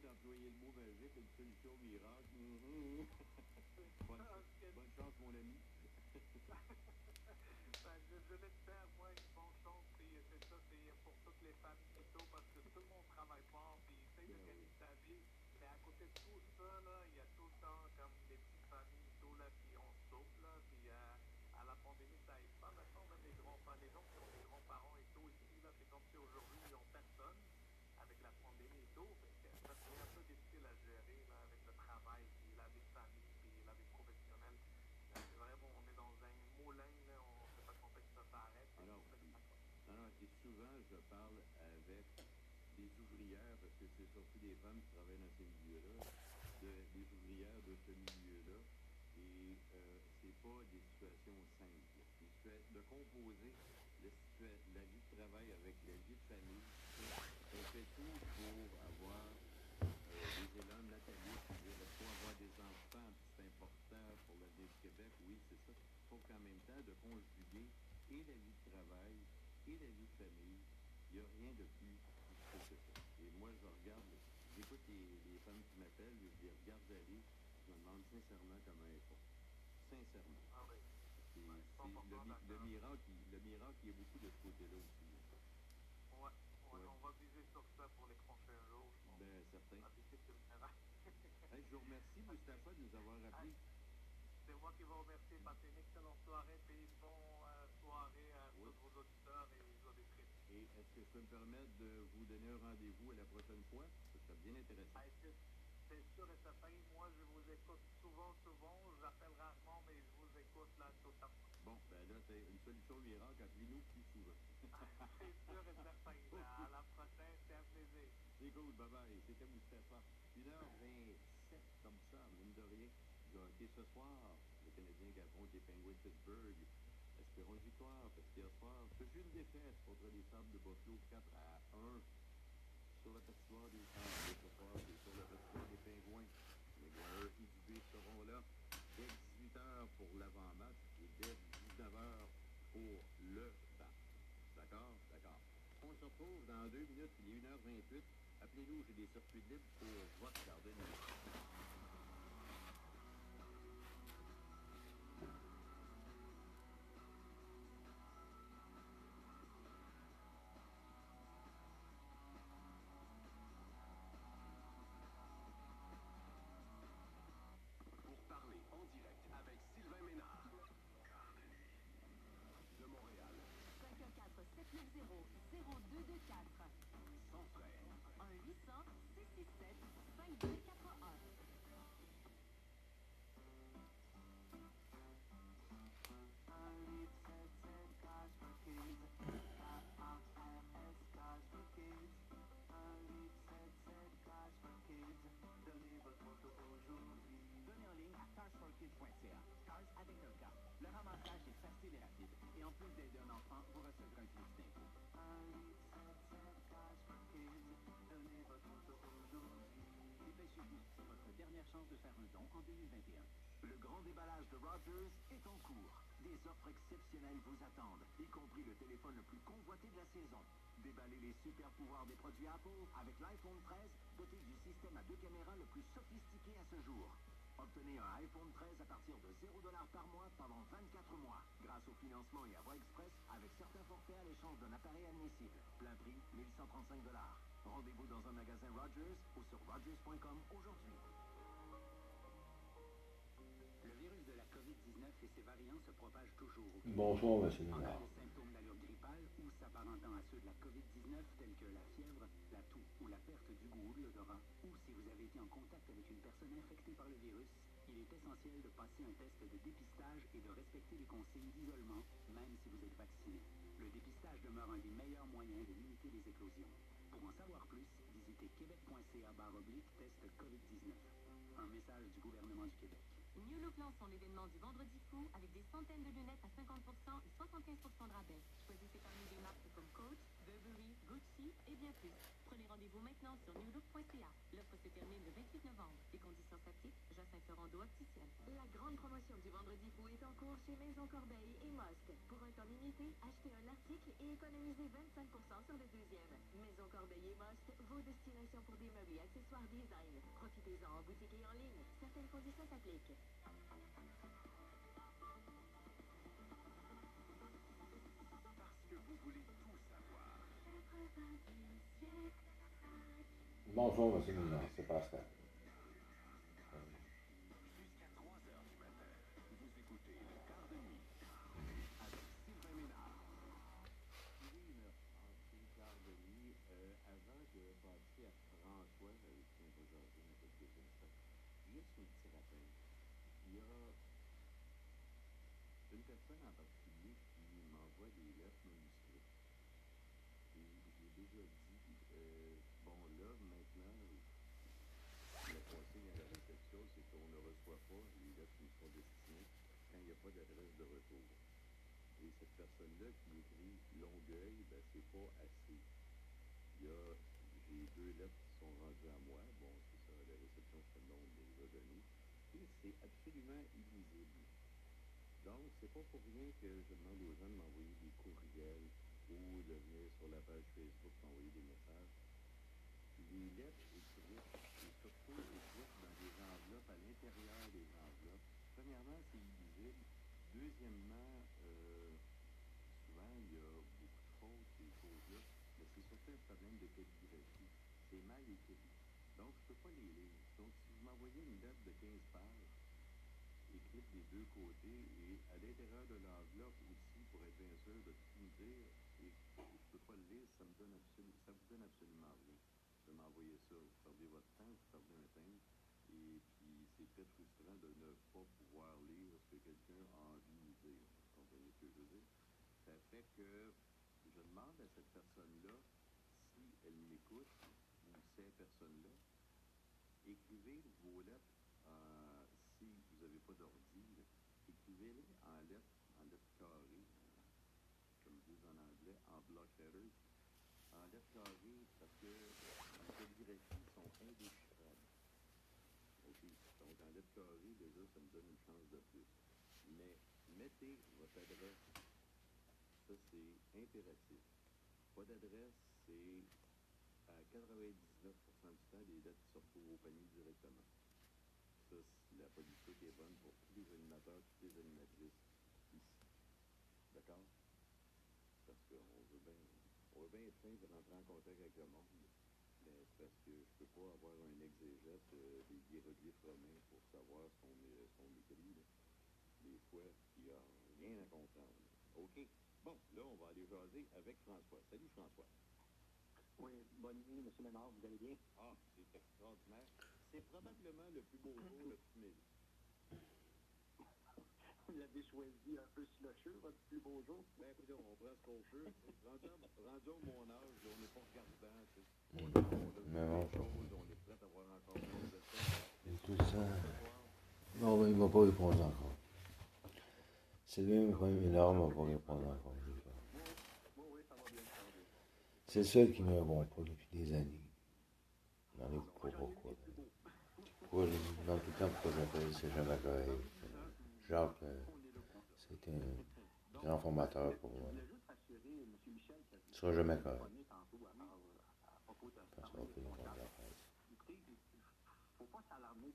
d'employer le mot magique, une solution miracle. Bonne chance, mon ami. Je l'espère, moi, une bonne chance, puis c'est ça, c'est pour toutes les familles et tout, parce que tout le monde travaille fort, puis essaye de gagner sa vie, mais à côté de tout ça, là, il y a tout le temps comme des petites familles et tout, là, qui ont souffle, là, puis à la pandémie, ça aide pas, maintenant, même les grands-parents, les gens qui ont des grands-parents et tout ici, là, c'est comme si aujourd'hui, ils ont personne, avec la pandémie et tout, fait que ça devient un peu difficile à gérer, là, avec le travail, puis la vie de famille, puis la vie professionnelle. C'est vraiment, on est dans un moulin, là, on ne sait pas quand est que ça s'arrête. Alors, et souvent, je parle avec des ouvrières, parce que c'est surtout des femmes qui travaillent dans ces milieux-là, des ouvrières de ce milieu-là, et c'est pas des situations simples. De composer la vie de travail avec la vie de famille, on fait tout pour avoir des élans natalistes, c'est-à-dire pour avoir des enfants, puis c'est important pour l'avenir du Québec, oui, c'est ça. Il faut qu'en même temps, de conjuguer et la vie de travail et la vie de famille, il n'y a rien de plus difficile que ça. Et moi, je regarde, j'écoute les femmes qui m'appellent, je les regarde aller, je me demande sincèrement comment elles font. Sincèrement. Ah oui. Le miracle, il y a beaucoup de ce côté-là aussi. Ouais, on va viser sur ça pour les prochains jours. Ben, certain. Hey, je vous remercie, Mustapha, de nous avoir appelés. C'est moi qui vous remercie. Passez une excellente soirée, puis bonne soirée à tous vos auditeurs et auditrices. Et est-ce que je peux me permettre de vous donner un rendez-vous à la prochaine fois? Ça serait bien intéressant. C'est sûr et certain. Moi, je vous écoute souvent. J'appelle rarement, mais je vous écoute là tout le temps. Bon, ben là, c'est une solution miracle. Appelez-nous plus souvent. C'est sûr et certain. À la prochaine, c'est un plaisir. C'est cool, bye-bye. C'était Mustapha. 1h27, comme ça, mine de rien. J'ai hockey ce soir. Le Canadien qui affronte les Penguins de Pittsburgh. Espérons une victoire, parce qu'hier soir, c'est une défaite contre les Sabres de Buffalo 4-1 sur la patinoire des Sabres. Ce soir, c'est sur la patinoire des Penguins. Les Guayeurs et Dubé seront là dès 18h pour l'avant-match et dès 19h pour le match. D'accord? D'accord. On se retrouve dans 2 minutes, il est 1h28. Appelez-nous, j'ai des circuits libres pour votre garderie. Pour parler en direct avec Sylvain Ménard. De Montréal. 514-790-0224. Sans frais. 1-800-667-5241. Donnez en ligne à carsforkids.ca. Cars avec un K. Le ramassage est facile et rapide. Et en plus d'aider un enfant, vous recevrez un crédit d'impôt. Dépêchez-vous, c'est votre dernière chance de faire un don en 2021. Le grand déballage de Rogers est en cours. Des offres exceptionnelles vous attendent, y compris le téléphone le plus convoité de la saison. Déballez les super pouvoirs des produits Apple avec l'iPhone 13, doté du système à 2 caméras le plus sophistiqué à ce jour. Obtenez un iPhone 13 à partir de 0$ par mois pendant 24 mois, grâce au financement et à voie express avec certains forfaits à l'échange d'un appareil admissible. Plein prix, 1135$. Rendez-vous dans un magasin Rogers ou sur rogers.com aujourd'hui. Le virus de la COVID-19 et ses variants se propagent toujours au Québec. Bonjour, M. En cas Ménard. de symptômes d'allure grippale ou s'apparentant à ceux de la COVID-19 tels que la fièvre, la toux ou la perte du goût ou de l'odorat, ou si vous avez été en contact avec une personne infectée par le virus, il est essentiel de passer un test de dépistage et de respecter les consignes d'isolement, même si vous êtes vacciné. Le dépistage demeure un des meilleurs moyens de limiter les éclosions. Pour en savoir plus, visitez québec.ca/test COVID-19. Un message du gouvernement du Québec. New Look lance son événement du Vendredi fou avec des centaines de lunettes à 50% et 75% de rabais. Choisissez parmi des marques comme Coach, Burberry, Gucci et bien plus. Prenez rendez-vous maintenant sur newlook.ca. L'offre se termine le 28 novembre. Les conditions s'appliquent. Jacinthe Laurando opticienne. La grande promotion du Vendredi fou est en cours chez Maison Corbeil et Most. Pour un temps limité, achetez un article et économisez 25% sur le deuxième. Maison Corbeil et Most, vos destinations pour des meubles et accessoires design. Profitez-en en boutique et en ligne. Certaines conditions s'appliquent. Parce que vous voulez tout savoir. Bonjour, monsieur Mignon, c'est Pascal. Jusqu'à 3 heures du matin, vous écoutez le quart de nuit avec Sylvain Ménard. Oui, mais c'est le quart de nuit. Avant de passer à François, avec qui on va jaser dans quelques instants, juste un petit rappel. Il y a une personne en particulier qui m'envoie des lettres manuscrites. Et j'ai déjà dit, bon là, maintenant, la consigne à la réception, c'est qu'on ne reçoit pas les lettres qui nous sont destinées quand il n'y a pas d'adresse de retour. Et cette personne-là qui écrit Longueuil, ben c'est pas assez. J'ai 2 lettres qui sont rendues à moi. Bon, c'est ça, la réception, je te le nom, me les a données. Et c'est absolument illisible. Donc, c'est pas pour rien que je demande aux gens de m'envoyer des courriels ou de venir sur la page Facebook m'envoyer des messages. Les lettres écrites, et surtout écrites dans des enveloppes, à l'intérieur des enveloppes, premièrement, c'est illisible. Deuxièmement, souvent, il y a beaucoup de fautes, ces choses-là, mais c'est surtout un problème de calligraphie. C'est mal écrit. Donc, je ne peux pas les lire. Donc, si vous m'envoyez une lettre de 15 pages, écrite des deux côtés, et à l'intérieur de l'enveloppe aussi, pour être bien sûr de tout me dire, et je ne peux pas le lire, ça vous donne absolument rien de m'envoyer ça. Vous perdez votre temps, vous perdez un temps, et puis c'est très frustrant de ne pas pouvoir lire ce que quelqu'un a envie de nous dire. Vous comprenez ce que je veux dire? Ça fait que je demande à cette personne-là, si elle m'écoute, ou ces personnes-là, écrivez vos lettres, si vous n'avez pas d'ordi, écrivez-les en lettres carrées, comme ils disent en anglais, en block letters, en lettres carrées, parce que en calligraphie, ils sont indéchiffrables. OK. Donc, en lettres carrées, déjà, ça me donne une chance de plus. Mais mettez votre adresse. Ça, c'est impératif. Pas d'adresse, c'est à 99% du temps, les lettres se retrouvent au panier directement. Ça, la politique est bonne pour tous les animateurs, toutes les animatrices ici. D'accord? Parce qu'on veut bien être fin de rentrer en contact avec le monde. Mais c'est parce que je ne peux pas avoir un exégète des hiéroglyphes romains pour savoir ce qu'on écrit. Là. Des fois, il n'y a rien à comprendre. OK. Bon, là, on va aller jaser avec François. Salut, François. Oui, bonne nuit, M. Ménard, vous allez bien? Ah, c'est extraordinaire. C'est probablement le plus beau jour de toute ma vie. Vous l'avez choisi un peu slusheux, votre plus beau jour? Ben, écoutez, on prend ce qu'on peut. Rendu à mon âge, on n'est pas regardant. On a des choses, on est prêt à avoir encore plus de temps. Tout ça. Non, il ne m'a pas répondu encore. Sylvain Ménard ne m'a pas répondu encore. Oui, ça va bien. C'est le seul qui me répond pas depuis des années. J'en ai pas pourquoi. Dans tout le temps, pourquoi j'appelle, c'est jamais correct. Jacques, c'est un grand formateur pour moi. Ce sera jamais correct. Ça va finir.